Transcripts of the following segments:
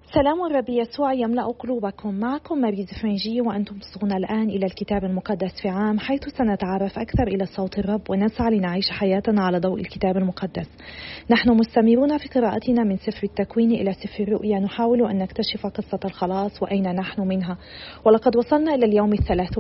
سلام الرب يسوع يملأ قلوبكم. معكم ماريز فرنجي وأنتم تصغون الآن إلى الكتاب المقدس في عام، حيث سنتعرف أكثر إلى صوت الرب ونسعى لنعيش حياتنا على ضوء الكتاب المقدس. نحن مستمرون في قراءتنا من سفر التكوين إلى سفر الرؤيا، نحاول أن نكتشف قصة الخلاص وأين نحن منها، ولقد وصلنا إلى اليوم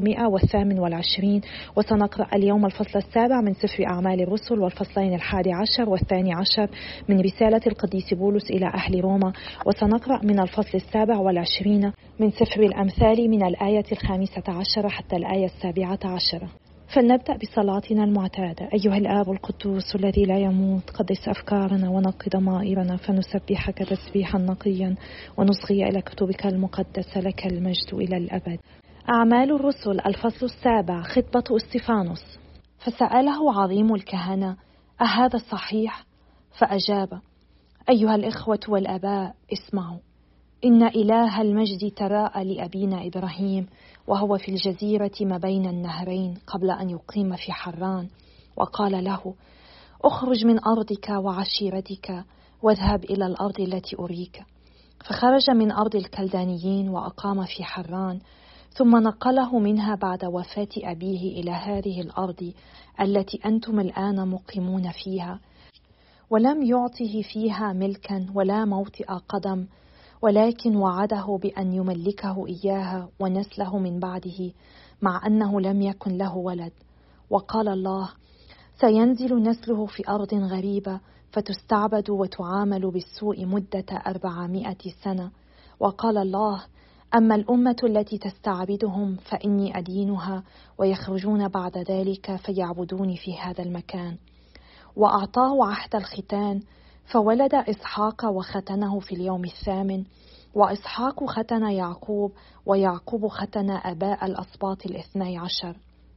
328 وسنقرأ اليوم الفصل 7 من سفر أعمال الرسل والفصلين 11 و12 من رسالة القديس بولس إلى أهل روما، وسنقرأ من الفصل 27 من سفر الأمثال من الآية 15 حتى الآية 17. فلنبدأ بصلاتنا المعتادة. أيها الآب القدوس الذي لا يموت، قدس أفكارنا ونقي ضمائرنا فنسبحك تسبيحا نقيا ونصغي إلى كتبك المقدسة، لك المجد إلى الأبد. أعمال الرسل الفصل 7، خطبة استفانوس. فسأله عظيم الكهنة: أهذا صحيح؟ فأجاب: أيها الإخوة والآباء، اسمعوا. إن إله المجد تراءى لأبينا إبراهيم وهو في الجزيرة ما بين النهرين قبل أن يقيم في حران، وقال له: أخرج من أرضك وعشيرتك واذهب إلى الأرض التي أريك. فخرج من أرض الكلدانيين وأقام في حران، ثم نقله منها بعد وفاة أبيه إلى هذه الأرض التي أنتم الآن مقيمون فيها، ولم يعطه فيها ملكا ولا موطئ قدم، ولكن وعده بأن يملكه إياها ونسله من بعده، مع أنه لم يكن له ولد. وقال الله: سينزل نسله في أرض غريبة فتستعبد وتعامل بالسوء مدة 400 سنة. وقال الله: أما الأمة التي تستعبدهم فإني أدينها، ويخرجون بعد ذلك فيعبدوني في هذا المكان. وأعطاه عهد الختان، فولد إسحاق وختنه في اليوم 8، وإسحاق ختن يعقوب، ويعقوب ختن أباء الأسباط 12.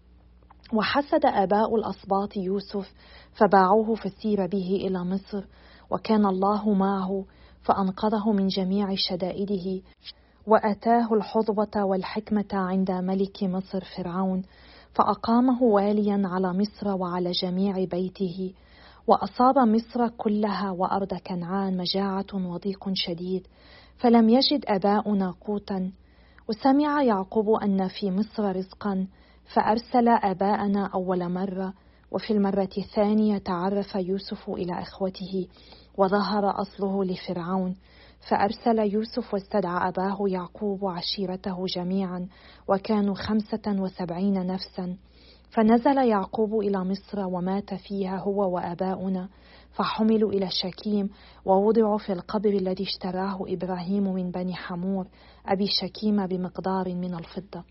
وحسد أباء الأسباط يوسف فباعوه فسير به إلى مصر، وكان الله معه فأنقذه من جميع شدائده، وأتاه الحظوة والحكمة عند ملك مصر فرعون، فأقامه واليا على مصر وعلى جميع بيته. وأصاب مصر كلها وأرض كنعان مجاعة وضيق شديد، فلم يجد آباؤنا قوتا. وسمع يعقوب أن في مصر رزقا، فأرسل آباءنا أول مرة، وفي المرة الثانية تعرف يوسف إلى إخوته وظهر أصله لفرعون، فأرسل يوسف واستدعى أباه يعقوب وعشيرته جميعا، وكانوا 75 نفسا. فنزل يعقوب إلى مصر ومات فيها هو وآباؤنا، فحملوا إلى شكيم ووضعوا في القبر الذي اشتراه إبراهيم من بني حمور أبي شكيم بمقدار من الفضة.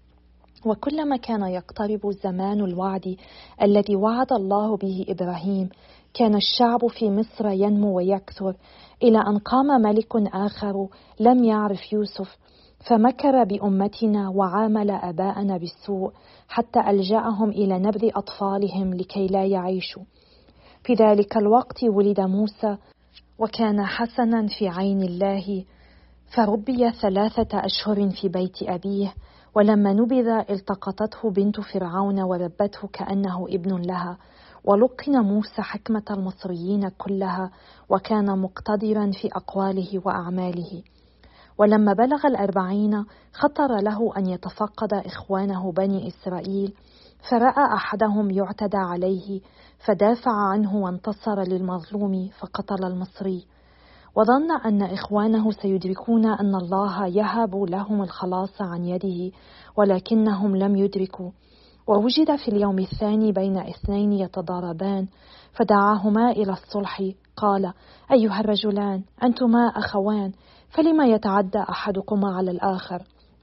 وكلما كان يقترب زمان الوعد الذي وعد الله به إبراهيم، كان الشعب في مصر ينمو ويكثر، إلى أن قام ملك آخر لم يعرف يوسف، فمكر بأمتنا وعامل آباءنا بالسوء، حتى ألجأهم إلى نبذ أطفالهم لكي لا يعيشوا. في ذلك الوقت ولد موسى، وكان حسنا في عين الله، فربي 3 أشهر في بيت أبيه. ولما نبذ التقطته بنت فرعون وربته كأنه ابن لها. ولقن موسى حكمة المصريين كلها، وكان مقتدرا في أقواله وأعماله. ولما بلغ 40 خطر له أن يتفقد إخوانه بني إسرائيل، فرأى أحدهم يعتدى عليه، فدافع عنه وانتصر للمظلوم فقتل المصري. وظن أن إخوانه سيدركون أن الله يهب لهم الخلاص عن يده، ولكنهم لم يدركوا. ووجد في اليوم الثاني بين 2 يتضاربان، فدعاهما إلى الصلح. قال: أيها الرجلان، أنتما أخوان، فلما يتعدى أحدكما على الآخر؟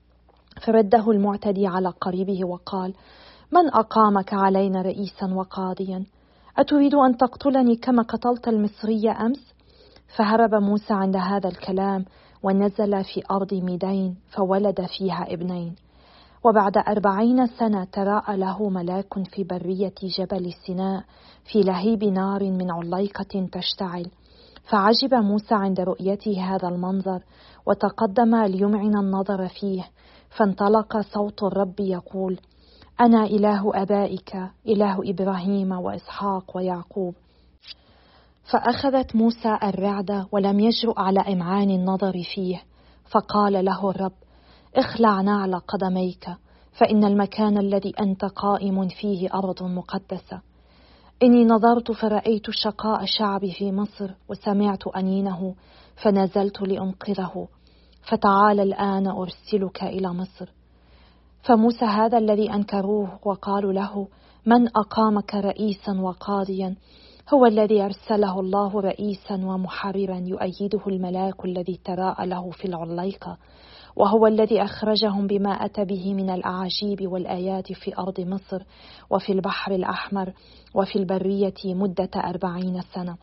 فرده المعتدي على قريبه وقال: من أقامك علينا رئيسا وقاضيا؟ أتريد أن تقتلني كما قتلت المصري أمس؟ فهرب موسى عند هذا الكلام ونزل في أرض ميدين، فولد فيها 2. وبعد 40 سنة تراءى له ملاك في برية جبل سيناء في لهيب نار من عليقة تشتعل، فعجب موسى عند رؤيته هذا المنظر، وتقدم ليمعن النظر فيه، فانطلق صوت الرب يقول: أنا إله آبائك، إله إبراهيم وإسحاق ويعقوب. فأخذت موسى الرعدة ولم يجرؤ على إمعان النظر فيه، فقال له الرب: اخلع نعل قدميك، فإن المكان الذي أنت قائم فيه أرض مقدسة. إني نظرت فرأيت شقاء شعبي في مصر، وسمعت أنينه فنزلت لأنقذه، فتعال الآن أرسلك إلى مصر. فموسى هذا الذي أنكروه وقالوا له: من أقامك رئيسا وقاضيا؟ هو الذي أرسله الله رئيسا ومحررا يؤيده الملاك الذي تراءى له في العليقة، وهو الذي أخرجهم بما أتى به من الأعاجيب والآيات في أرض مصر وفي البحر الأحمر وفي البرية مدة 40 سنة.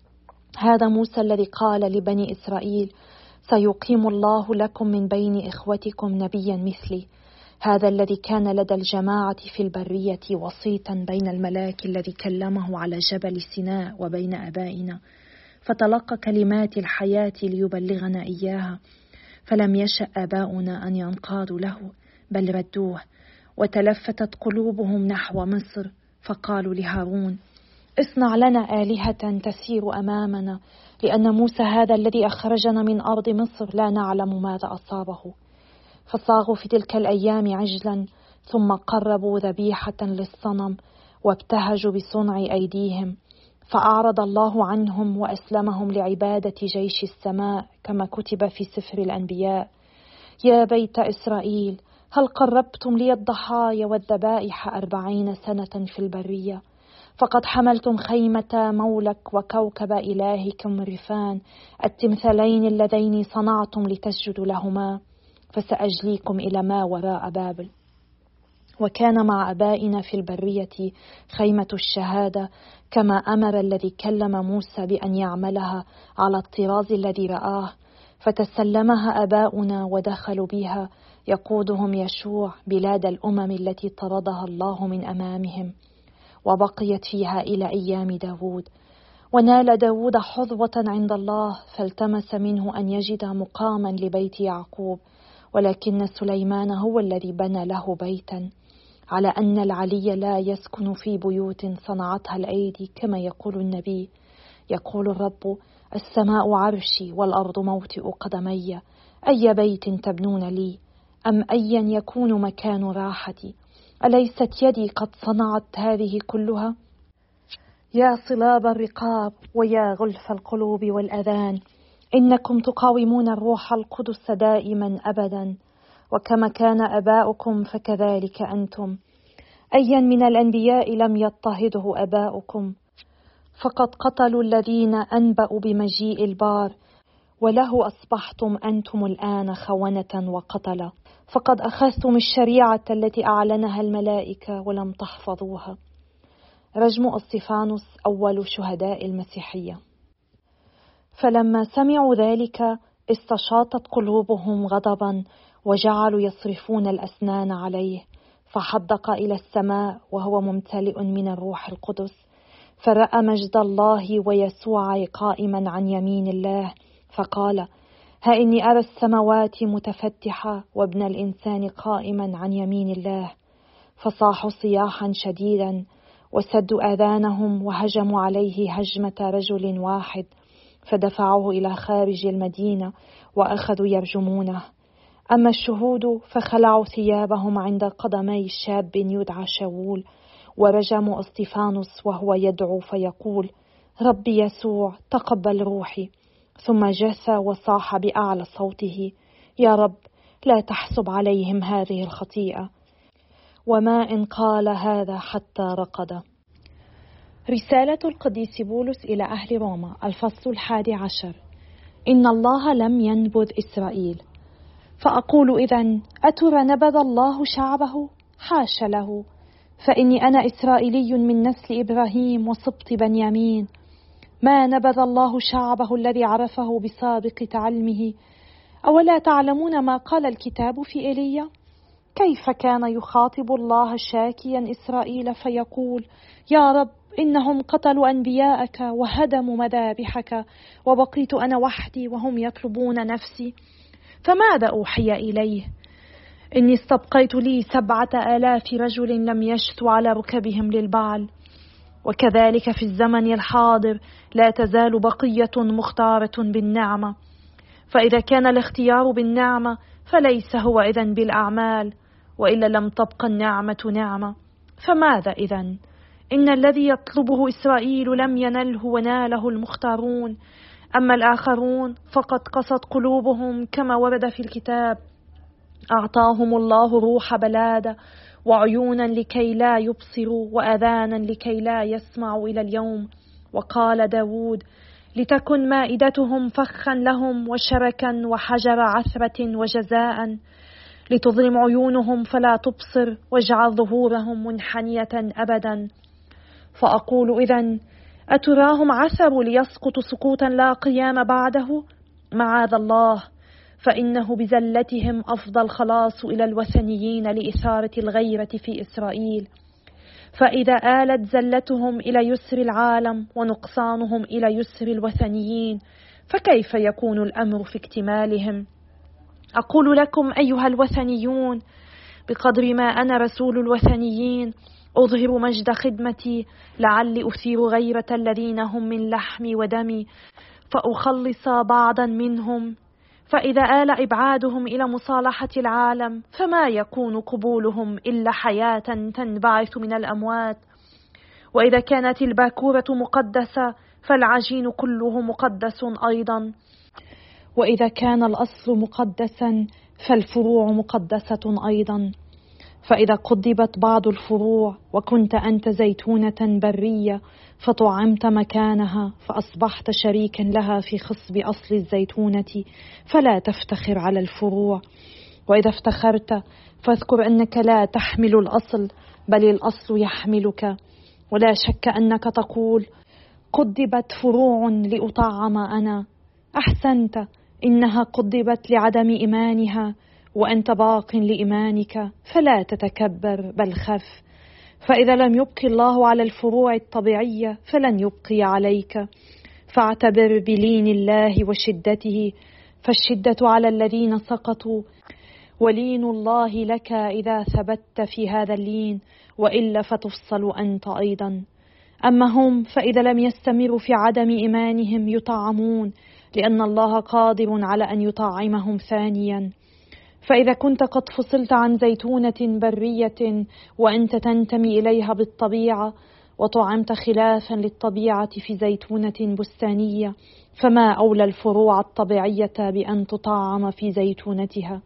هذا موسى الذي قال لبني إسرائيل: سيقيم الله لكم من بين إخوتكم نبيا مثلي. هذا الذي كان لدى الجماعة في البرية وسيطا بين الملاك الذي كلمه على جبل سيناء وبين آبائنا، فتلقى كلمات الحياة ليبلغنا إياها. فلم يشأ آباؤنا أن ينقادوا له، بل ردوه، وتلفتت قلوبهم نحو مصر، فقالوا لهارون: اصنع لنا آلهة تسير أمامنا، لأن موسى هذا الذي أخرجنا من أرض مصر لا نعلم ماذا أصابه. فصاغوا في تلك الأيام عجلا، ثم قربوا ذبيحة للصنم، وابتهجوا بصنع أيديهم. فأعرض الله عنهم وأسلمهم لعبادة جيش السماء، كما كتب في سفر الأنبياء: يا بيت إسرائيل، هل قربتم لي الضحايا والذبائح 40 سنة في البرية؟ فقد حملتم خيمة مولك وكوكب إلهكم رفان، التمثالين اللذين صنعتم لتسجدوا لهما. فسأجليكم إلى ما وراء بابل. وكان مع آبائنا في البرية خيمة الشهادة، كما أمر الذي كلم موسى بأن يعملها على الطراز الذي رآه. فتسلمها آباؤنا ودخلوا بها، يقودهم يشوع بلاد الأمم التي طردها الله من أمامهم، وبقيت فيها إلى أيام داود. ونال داود حظوة عند الله، فالتمس منه أن يجد مقاما لبيت يعقوب، ولكن سليمان هو الذي بنى له بيتا، على أن العلي لا يسكن في بيوت صنعتها الأيدي، كما يقول النبي: يقول الرب: السماء عرشي والأرض موطئ قدمي، أي بيت تبنون لي؟ أم أيا يكون مكان راحتي؟ أليست يدي قد صنعت هذه كلها؟ يا صلاب الرقاب ويا غلف القلوب والأذان، إنكم تقاومون الروح القدس دائما أبدا، وكما كان آباؤكم فكذلك أنتم. أيا من الأنبياء لم يضطهده آباؤكم؟ فقد قتلوا الذين أنبأوا بمجيء البار، وله أصبحتم أنتم الآن خونة وقتلة. فقد أخذتم الشريعة التي أعلنها الملائكة ولم تحفظوها. رجم أسطفانوس أول شهداء المسيحية. فلما سمعوا ذلك استشاطت قلوبهم غضبا، وجعلوا يصرفون الأسنان عليه. فحدق إلى السماء وهو ممتلئ من الروح القدس، فرأى مجد الله ويسوع قائما عن يمين الله، فقال: ها إني أرى السماوات متفتحة وابن الإنسان قائما عن يمين الله. فصاحوا صياحا شديدا، وسدوا آذانهم، وهجموا عليه هجمة رجل واحد، فدفعوه إلى خارج المدينة وأخذوا يرجمونه. أما الشهود فخلعوا ثيابهم عند قدمي شاب يدعى شاول، ورجموا أسطفانوس وهو يدعو فيقول: ربي يسوع، تقبل روحي. ثم جثى وصاح بأعلى صوته: يا رب، لا تحسب عليهم هذه الخطيئة. وما إن قال هذا حتى رقد. رسالة القديس بولس إلى أهل روما، الفصل 11. إن الله لم ينبذ إسرائيل. فأقول إذن: أترى نبذ الله شعبه؟ حاش له، فإني أنا إسرائيلي من نسل إبراهيم وسبط بنيامين. ما نبذ الله شعبه الذي عرفه بسابق تعلمه؟ أولا تعلمون ما قال الكتاب في إيليا؟ كيف كان يخاطب الله شاكيا إسرائيل فيقول: يا رب، إنهم قتلوا أنبياءك وهدموا مذابحك، وبقيت أنا وحدي وهم يطلبون نفسي. فماذا أوحي إليه؟ إني استبقيت لي 7,000 رجل لم يشتوا على ركبهم للبعل. وكذلك في الزمن الحاضر لا تزال بقية مختارة بالنعمة. فإذا كان الاختيار بالنعمة فليس هو إذن بالأعمال، وإلا لم تبقى النعمة نعمة. فماذا إذن؟ إن الذي يطلبه إسرائيل لم ينله وناله المختارون، أما الآخرون فقد قست قلوبهم كما ورد في الكتاب: أعطاهم الله روح بلادة وعيونا لكي لا يبصروا وأذانا لكي لا يسمعوا إلى اليوم. وقال داود: لتكن مائدتهم فخا لهم وشركا وحجر عثرة وجزاء، لتظلم عيونهم فلا تبصر واجعل ظهورهم منحنية أبدا. فأقول إذن: أتراهم عثروا ليسقطوا سقوطا لا قيام بعده؟ معاذ الله، فإنه بزلتهم أفضى الخلاص إلى الوثنيين لإثارة الغيرة في إسرائيل. فإذا آلت زلتهم إلى يسر العالم ونقصانهم إلى يسر الوثنيين، فكيف يكون الأمر في اكتمالهم؟ أقول لكم أيها الوثنيون، بقدر ما أنا رسول الوثنيين أظهر مجد خدمتي، لعلي أثير غيرة الذين هم من لحمي ودمي فأخلص بعضا منهم. فإذا آل إبعادهم إلى مصالحة العالم، فما يكون قبولهم إلا حياة تنبعث من الأموات. وإذا كانت الباكورة مقدسة فالعجين كله مقدس أيضا، وإذا كان الأصل مقدسا فالفروع مقدسة أيضا. فإذا قضبت بعض الفروع وكنت أنت زيتونة برية فطعمت مكانها فأصبحت شريكا لها في خصب أصل الزيتونة، فلا تفتخر على الفروع. وإذا افتخرت فاذكر أنك لا تحمل الأصل بل الأصل يحملك. ولا شك أنك تقول: قضبت فروع لأطعم أنا. أحسنت، إنها قضبت لعدم إيمانها وأنت باق لإيمانك، فلا تتكبر بل خف. فإذا لم يبقي الله على الفروع الطبيعية فلن يبقي عليك. فاعتبر بلين الله وشدته، فالشدة على الذين سقطوا، ولين الله لك إذا ثبت في هذا اللين، وإلا فتفصل أنت أيضا. أما هم فإذا لم يستمروا في عدم إيمانهم يطعمون، لأن الله قادر على أن يطعمهم ثانيا. فإذا كنت قد فصلت عن زيتونة برية وأنت تنتمي إليها بالطبيعة، وطعمت خلافا للطبيعة في زيتونة بستانية، فما أولى الفروع الطبيعية بأن تطعم في زيتونتها.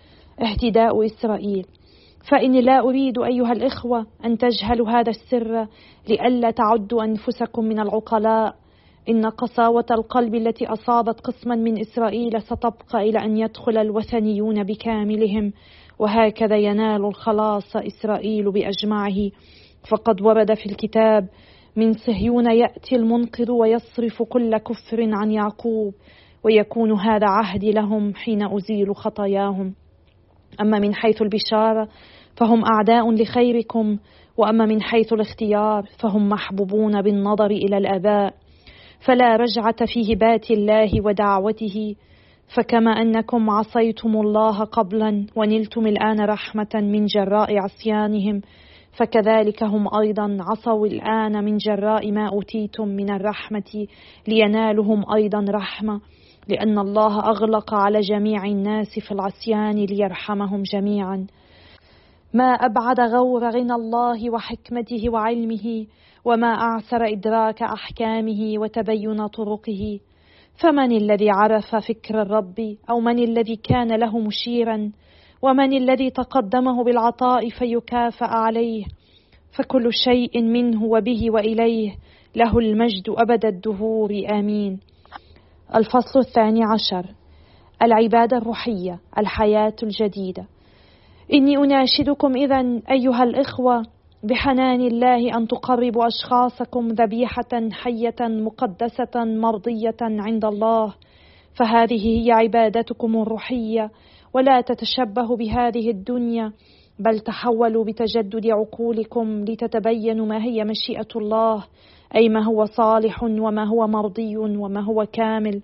اهتداء إسرائيل. فإني لا أريد أيها الإخوة أن تجهلوا هذا السر لئلا تعدوا أنفسكم من العقلاء. إن قساوة القلب التي أصابت قسما من إسرائيل ستبقى إلى أن يدخل الوثنيون بكاملهم، وهكذا ينال الخلاص إسرائيل بأجمعه. فقد ورد في الكتاب: من صهيون يأتي المنقذ ويصرف كل كفر عن يعقوب، ويكون هذا عهدي لهم حين أزيل خطاياهم. أما من حيث البشارة فهم أعداء لخيركم، وأما من حيث الاختيار فهم محبوبون بالنظر إلى الآباء. فلا رجعة في هبات الله ودعوته، فكما أنكم عصيتم الله قبلا ونلتم الآن رحمة من جراء عصيانهم، فكذلك هم أيضا عصوا الآن من جراء ما أوتيتم من الرحمة لينالهم أيضا رحمة، لأن الله أغلق على جميع الناس في العصيان ليرحمهم جميعا. ما أبعد غور غنى الله وحكمته وعلمه، وما أعسر إدراك أحكامه وتبين طرقه. فمن الذي عرف فكر الرب، أو من الذي كان له مشيرا، ومن الذي تقدمه بالعطاء فيكافأ عليه؟ فكل شيء منه وبه وإليه له المجد أبد الدهور، آمين. الفصل 12: العبادة الروحية، الحياة الجديدة. إني أناشدكم إذن أيها الإخوة بحنان الله أن تقربوا أشخاصكم ذبيحة حية مقدسة مرضية عند الله، فهذه هي عبادتكم الروحية. ولا تتشبهوا بهذه الدنيا، بل تحولوا بتجدد عقولكم لتتبينوا ما هي مشيئة الله، أي ما هو صالح وما هو مرضي وما هو كامل.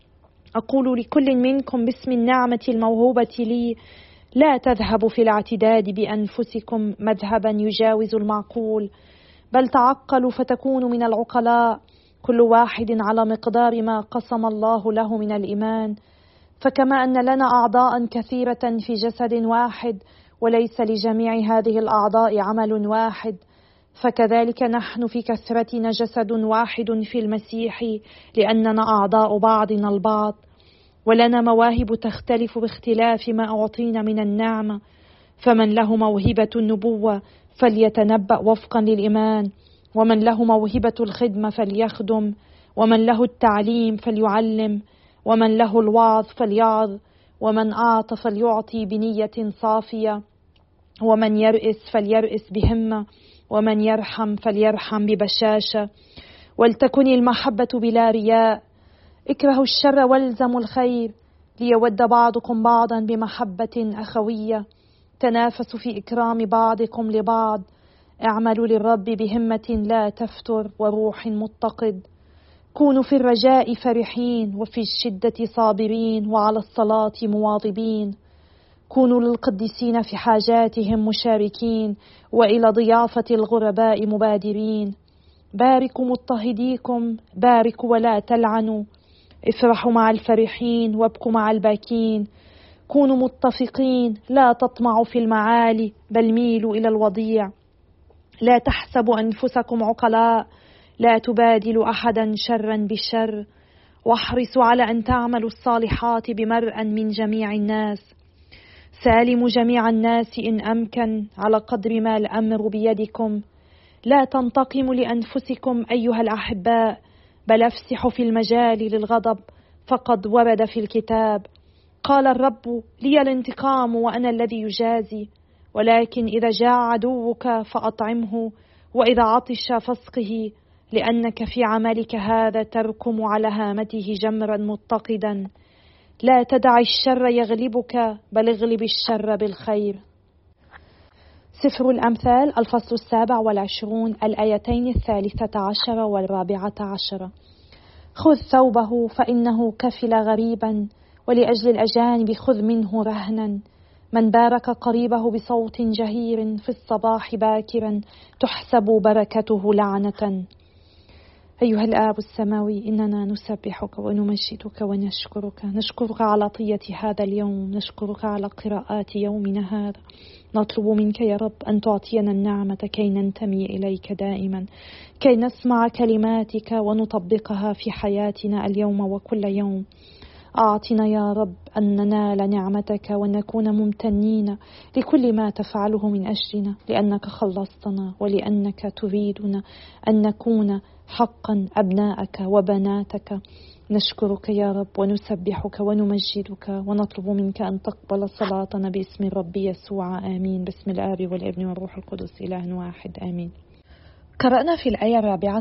أقول لكل منكم باسم النعمة الموهوبة لي: لا تذهبوا في الاعتداد بأنفسكم مذهبا يجاوز المعقول، بل تعقلوا فتكونوا من العقلاء، كل واحد على مقدار ما قسم الله له من الإيمان. فكما أن لنا أعضاء كثيرة في جسد واحد وليس لجميع هذه الأعضاء عمل واحد، فكذلك نحن في كثرتنا جسد واحد في المسيح، لأننا أعضاء بعضنا البعض، ولنا مواهب تختلف باختلاف ما أعطينا من النعمة. فمن له موهبة النبوة فليتنبأ وفقا للإيمان، ومن له موهبة الخدمة فليخدم، ومن له التعليم فليعلم، ومن له الوعظ فليعظ، ومن أعطى فليعطي بنية صافية، ومن يرئس فليرئس بهمة، ومن يرحم فليرحم ببشاشة. ولتكن المحبة بلا رياء. اكرهوا الشر والزموا الخير، ليود بعضكم بعضا بمحبة أخوية. تنافسوا في إكرام بعضكم لبعض. اعملوا للرب بهمة لا تفتر وروح متقد. كونوا في الرجاء فرحين، وفي الشدة صابرين، وعلى الصلاة مواظبين. كونوا للقديسين في حاجاتهم مشاركين، وإلى ضيافة الغرباء مبادرين. باركوا مضطهديكم، باركوا ولا تلعنوا. افرحوا مع الفرحين وابكوا مع الباكين. كونوا متفقين، لا تطمعوا في المعالي، بل ميلوا إلى الوضيع. لا تحسبوا أنفسكم عقلاء، لا تبادلوا أحدا شرا بالشر، واحرصوا على أن تعملوا الصالحات بمرء من جميع الناس. سالموا جميع الناس إن أمكن، على قدر ما الأمر بيدكم. لا تنتقموا لأنفسكم أيها الأحباء، بل افسحوا في المجال للغضب، فقد ورد في الكتاب: قال الرب لي الانتقام وأنا الذي يجازي. ولكن إذا جاع عدوك فأطعمه، وإذا عطش فاسقه، لأنك في عملك هذا تركم على هامته جمرا متقدا. لا تدع الشر يغلبك، بل اغلب الشر بالخير. سفر الأمثال الفصل 27 الآيتين 13 و14. خذ ثوبه فإنه كفل غريبا، ولأجل الأجانب خذ منه رهنا. من بارك قريبه بصوت جهير في الصباح باكرا تحسب بركته لعنة. أيها الآب السماوي، إننا نسبحك ونمجدك ونشكرك. نشكرك على طية هذا اليوم، نشكرك على قراءات يومنا هذا. نطلب منك يا رب أن تعطينا النعمة كي ننتمي إليك دائما، كي نسمع كلماتك ونطبقها في حياتنا اليوم وكل يوم. أعطنا يا رب أن ننال نعمتك ونكون ممتنين لكل ما تفعله من أجلنا، لأنك خلصتنا ولأنك تريدنا أن نكون حقا أبناءك وبناتك. نشكرك يا رب ونسبحك ونمجدك ونطلب منك أن تقبل صلاتنا باسم الرب يسوع، آمين. باسم الآب والابن والروح القدس إله واحد، آمين. قرأنا في الآية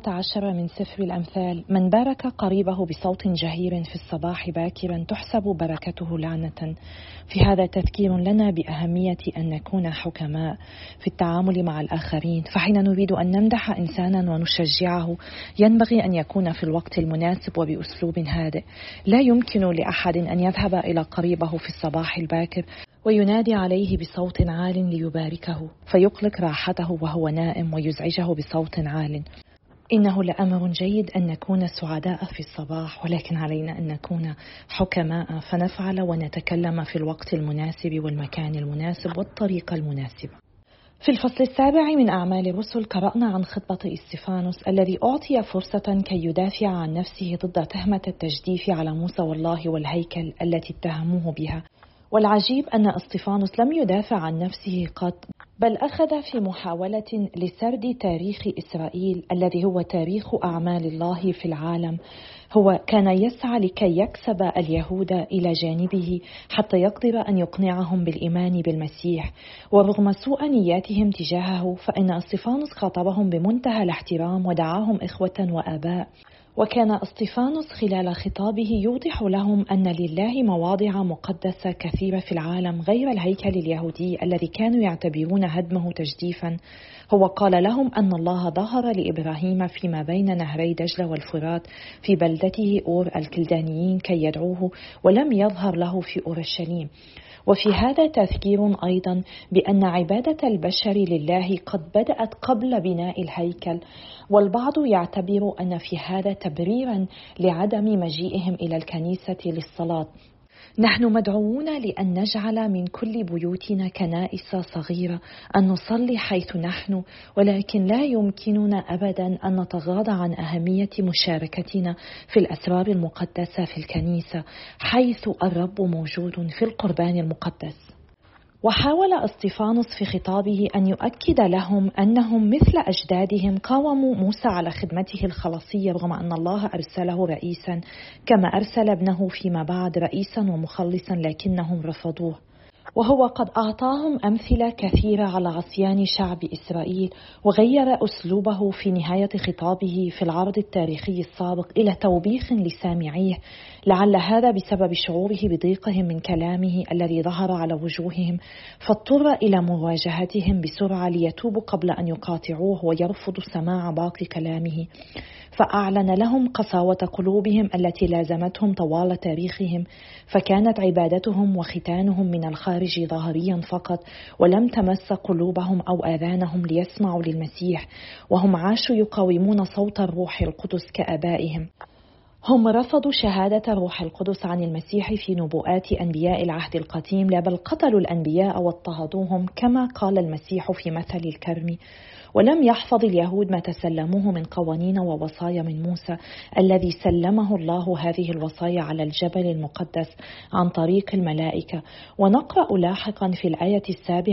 14 من سفر الأمثال: من بارك قريبه بصوت جهير في الصباح باكرا تحسب بركته لعنة. في هذا تذكير لنا بأهمية أن نكون حكماء في التعامل مع الآخرين، فحين نريد أن نمدح إنسانا ونشجعه ينبغي أن يكون في الوقت المناسب وبأسلوب هادئ. لا يمكن لأحد أن يذهب إلى قريبه في الصباح الباكر وينادي عليه بصوت عال ليباركه، فيقلق راحته وهو نائم ويزعجه بصوت عال. إنه لأمر جيد أن نكون سعداء في الصباح، ولكن علينا أن نكون حكماء، فنفعل ونتكلم في الوقت المناسب والمكان المناسب والطريقة المناسبة. في الفصل 7 من أعمال الرسل قرأنا عن خطبة استفانوس الذي أعطي فرصة كي يدافع عن نفسه ضد تهمة التجديف على موسى والله والهيكل التي اتهموه بها. والعجيب أن استفانوس لم يدافع عن نفسه قط، بل أخذ في محاولة لسرد تاريخ إسرائيل الذي هو تاريخ أعمال الله في العالم. هو كان يسعى لكي يكسب اليهود إلى جانبه حتى يقدر أن يقنعهم بالإيمان بالمسيح. ورغم سوء نياتهم تجاهه، فإن استفانوس خاطبهم بمنتهى الاحترام ودعاهم إخوة وآباء. وكان استفانوس خلال خطابه يوضح لهم أن لله مواضع مقدسة كثيرة في العالم غير الهيكل اليهودي الذي كانوا يعتبرون هدمه تجديفا. هو قال لهم أن الله ظهر لإبراهيم فيما بين نهري دجلة والفرات في بلدته أور الكلدانيين كي يدعوه، ولم يظهر له في أورشليم. وفي هذا تذكير أيضا بأن عبادة البشر لله قد بدأت قبل بناء الهيكل، والبعض يعتبر أن في هذا تبريرا لعدم مجيئهم إلى الكنيسة للصلاة. نحن مدعوون لأن نجعل من كل بيوتنا كنائس صغيرة، أن نصلي حيث نحن، ولكن لا يمكننا أبدا أن نتغاضى عن أهمية مشاركتنا في الأسرار المقدسة في الكنيسة، حيث الرب موجود في القربان المقدس. وحاول اسطفانوس في خطابه أن يؤكد لهم أنهم مثل أجدادهم قاوموا موسى على خدمته الخلاصية رغم أن الله أرسله رئيسا، كما أرسل ابنه فيما بعد رئيسا ومخلصا، لكنهم رفضوه. وهو قد أعطاهم أمثلة كثيرة على عصيان شعب إسرائيل، وغير أسلوبه في نهاية خطابه في العرض التاريخي السابق إلى توبيخ لسامعيه، لعل هذا بسبب شعوره بضيقهم من كلامه الذي ظهر على وجوههم، فاضطر إلى مواجهتهم بسرعة ليتوبوا قبل أن يقاطعوه ويرفضوا سماع باقي كلامه. فأعلن لهم قساوة قلوبهم التي لازمتهم طوال تاريخهم، فكانت عبادتهم وختانهم من الخارج ظاهريا فقط، ولم تمس قلوبهم أو آذانهم ليسمعوا للمسيح، وهم عاشوا يقاومون صوت الروح القدس كآبائهم. هم رفضوا شهادة الروح القدس عن المسيح في نبوءات أنبياء العهد القديم، لا بل قتلوا الأنبياء واضطهدوهم كما قال المسيح في مثل الكرم. ولم يحفظ اليهود ما تسلموه من قوانين ووصايا من موسى الذي سلمه الله هذه الوصايا على الجبل المقدس عن طريق الملائكة. ونقرأ لاحقا في الآية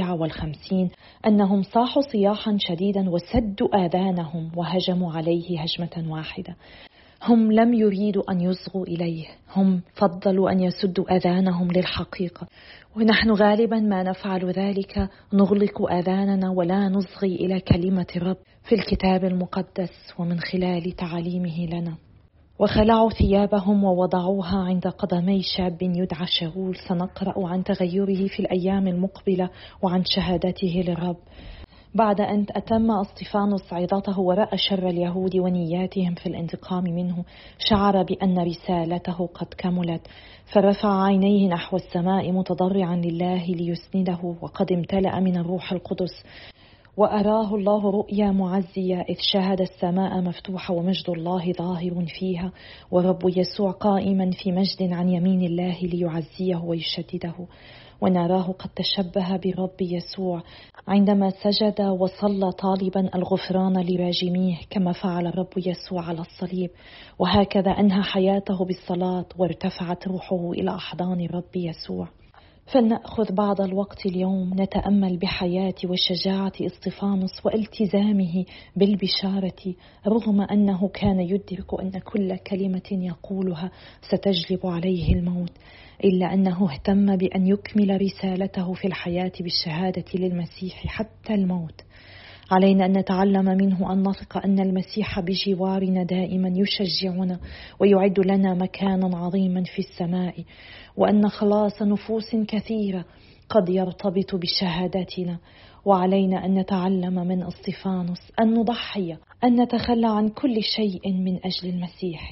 57 أنهم صاحوا صياحا شديدا وسدوا آذانهم وهجموا عليه هجمة واحدة. هم لم يريدوا أن يصغوا إليه، هم فضلوا أن يسدوا آذانهم للحقيقة. ونحن غالبا ما نفعل ذلك، نغلق آذاننا ولا نصغي إلى كلمة الرب في الكتاب المقدس ومن خلال تعاليمه لنا. وخلعوا ثيابهم ووضعوها عند قدمي شاب يدعى شاول. سنقرأ عن تغيره في الأيام المقبلة وعن شهادته للرب. بعد أن أتم اسطفانوس عظته ورأى شر اليهود ونياتهم في الانتقام منه، شعر بأن رسالته قد كملت، فرفع عينيه نحو السماء متضرعا لله ليسنده، وقد امتلأ من الروح القدس. وأراه الله رؤيا معزية إذ شاهد السماء مفتوحة ومجد الله ظاهر فيها، ورب يسوع قائما في مجد عن يمين الله ليعزيه ويشدده. ونراه قد تشبه برب يسوع عندما سجد وصلى طالبا الغفران لراجميه كما فعل الرب يسوع على الصليب، وهكذا أنهى حياته بالصلاة وارتفعت روحه إلى أحضان الرب يسوع. فلنأخذ بعض الوقت اليوم نتأمل بحياة وشجاعة اسطفانوس والتزامه بالبشارة، رغم أنه كان يدرك أن كل كلمة يقولها ستجلب عليه الموت، إلا أنه اهتم بأن يكمل رسالته في الحياة بالشهادة للمسيح حتى الموت. علينا أن نتعلم منه أن نثق أن المسيح بجوارنا دائما يشجعنا ويعد لنا مكانا عظيما في السماء، وأن خلاص نفوس كثيرة قد يرتبط بشهادتنا. وعلينا أن نتعلم من اسطفانوس أن نضحي، أن نتخلى عن كل شيء من أجل المسيح.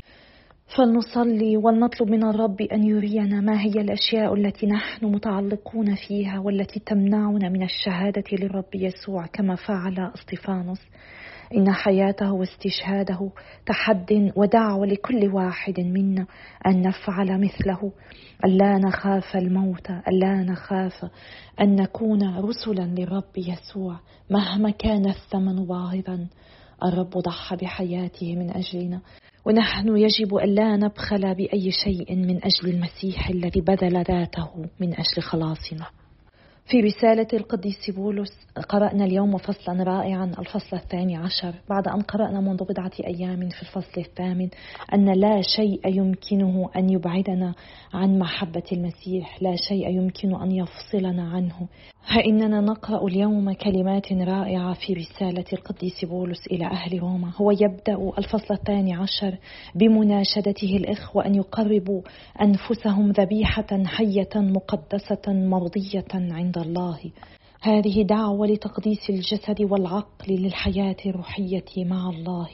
فلنصلي ولنطلب من الرب أن يرينا ما هي الأشياء التي نحن متعلقون فيها والتي تمنعنا من الشهادة للرب يسوع كما فعل اسطفانوس. إن حياته واستشهاده تحد ودعوة لكل واحد منا أن نفعل مثله، ألا نخاف الموت، ألا نخاف أن نكون رسلا للرب يسوع مهما كان الثمن باهظا. الرب ضحى بحياته من أجلنا، ونحن يجب ألا نبخل بأي شيء من أجل المسيح الذي بذل ذاته من أجل خلاصنا. في رسالة القديس بولس قرأنا اليوم فصلا رائعا، الفصل 12، بعد أن قرأنا منذ بضعة أيام في الفصل 8 أن لا شيء يمكنه أن يبعدنا عن محبة المسيح، لا شيء يمكن أن يفصلنا عنه. إننا نقرأ اليوم كلمات رائعة في رسالة القديس بولس إلى أهل روما. هو يبدأ الفصل 12 بمناشدته الإخوة أن يقربوا أنفسهم ذبيحة حية مقدسة مرضية عند الله. هذه دعوة لتقديس الجسد والعقل للحياة الروحية مع الله.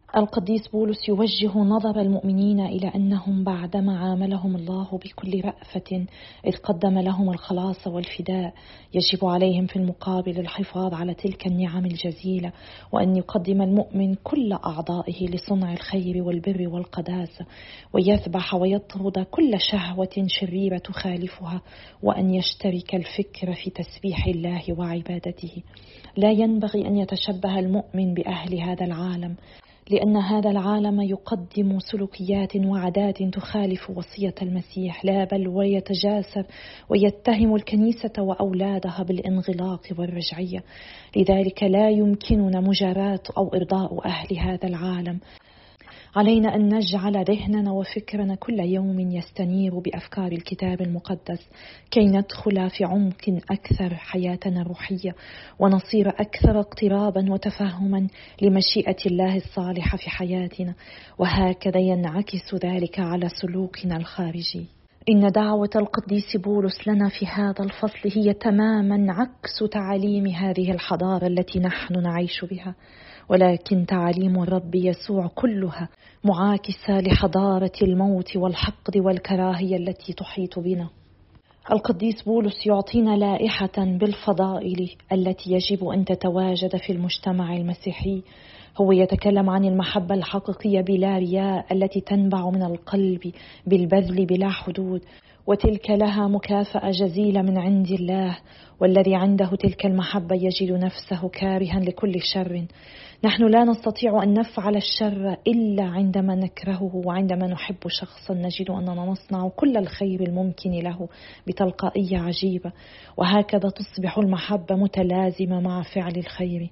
القديس بولس يوجه نظر المؤمنين إلى أنهم بعدما عاملهم الله بكل رأفة إذ قدم لهم الخلاص والفداء، يجب عليهم في المقابل الحفاظ على تلك النعم الجزيلة، وأن يقدم المؤمن كل أعضائه لصنع الخير والبر والقداسة، ويذبح ويطرد كل شهوة شريرة تخالفها، وأن يشترك الفكر في تسبيح الله وعبادته. لا ينبغي أن يتشبه المؤمن بأهل هذا العالم، لأن هذا العالم يقدم سلوكيات وعادات تخالف وصية المسيح، لا بل ويتجاسر ويتهم الكنيسة وأولادها بالانغلاق والرجعية. لذلك لا يمكننا مجاراة أو إرضاء أهل هذا العالم. علينا أن نجعل ذهننا وفكرنا كل يوم يستنير بأفكار الكتاب المقدس كي ندخل في عمق أكثر حياتنا الروحية، ونصير أكثر اقترابا وتفهما لمشيئة الله الصالحة في حياتنا، وهكذا ينعكس ذلك على سلوكنا الخارجي. إن دعوة القديس بولس لنا في هذا الفصل هي تماما عكس تعاليم هذه الحضارة التي نحن نعيش بها، ولكن تعاليم الرب يسوع كلها معاكسة لحضارة الموت والحقد والكراهية التي تحيط بنا. القديس بولس يعطينا لائحة بالفضائل التي يجب أن تتواجد في المجتمع المسيحي. هو يتكلم عن المحبة الحقيقية بلا رياء التي تنبع من القلب بالبذل بلا حدود، وتلك لها مكافأة جزيلة من عند الله، والذي عنده تلك المحبة يجد نفسه كارها لكل شر. نحن لا نستطيع أن نفعل الشر إلا عندما نكرهه، وعندما نحب شخصا نجد أننا نصنع كل الخير الممكن له بتلقائية عجيبة، وهكذا تصبح المحبة متلازمة مع فعل الخير.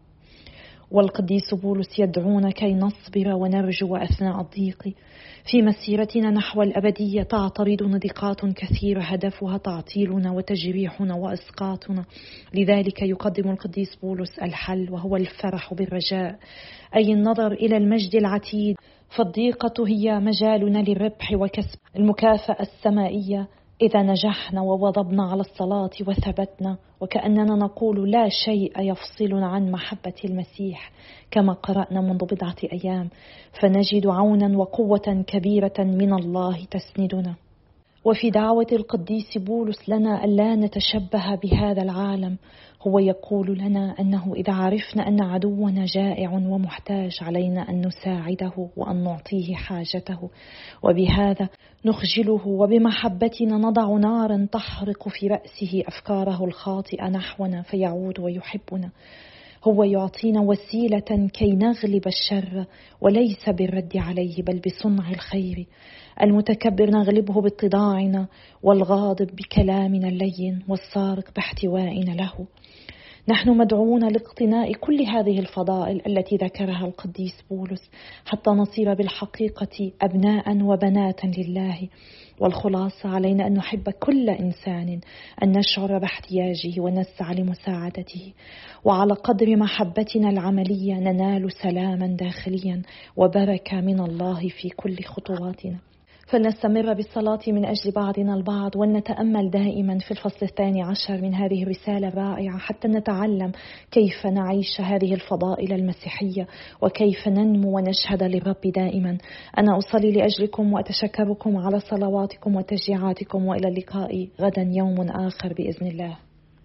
والقديس بولس يدعونا كي نصبر ونرجو أثناء الضيق. في مسيرتنا نحو الأبدية تعترضنا ضيقات كثيرة هدفها تعطيلنا وتجريحنا وإسقاطنا. لذلك يقدم القديس بولس الحل، وهو الفرح بالرجاء، أي النظر إلى المجد العتيد. فالضيقة هي مجالنا للربح وكسب المكافأة السمائية إذا نجحنا وواظبنا على الصلاة وثبتنا، وكأننا نقول لا شيء يفصلنا عن محبة المسيح كما قرأنا منذ بضعة أيام، فنجد عونا وقوة كبيرة من الله تسندنا. وفي دعوة القديس بولس لنا ألا نتشبه بهذا العالم. هو يقول لنا أنه إذا عرفنا أن عدونا جائع ومحتاج علينا أن نساعده وأن نعطيه حاجته، وبهذا نخجله، وبمحبتنا نضع نارا تحرق في رأسه أفكاره الخاطئة نحونا فيعود ويحبنا. هو يعطينا وسيلة كي نغلب الشر، وليس بالرد عليه بل بصنع الخير. المتكبر نغلبه باتضاعنا، والغاضب بكلامنا اللين، والسارق باحتوائنا له. نحن مدعوون لاقتناء كل هذه الفضائل التي ذكرها القديس بولس حتى نصير بالحقيقة أبناء وبنات لله. والخلاصة علينا أن نحب كل إنسان، أن نشعر باحتياجه ونسعى لمساعدته، وعلى قدر محبتنا العملية ننال سلاما داخليا وبركة من الله في كل خطواتنا. فلنستمر بالصلاة من أجل بعضنا البعض، ونتأمل دائما في الفصل 12 من هذه الرسالة الرائعة حتى نتعلم كيف نعيش هذه الفضائل المسيحية، وكيف ننمو ونشهد للرب دائما. أنا أصلي لأجلكم وأتشكركم على صلواتكم وتشجيعاتكم، وإلى اللقاء غدا يوم آخر بإذن الله.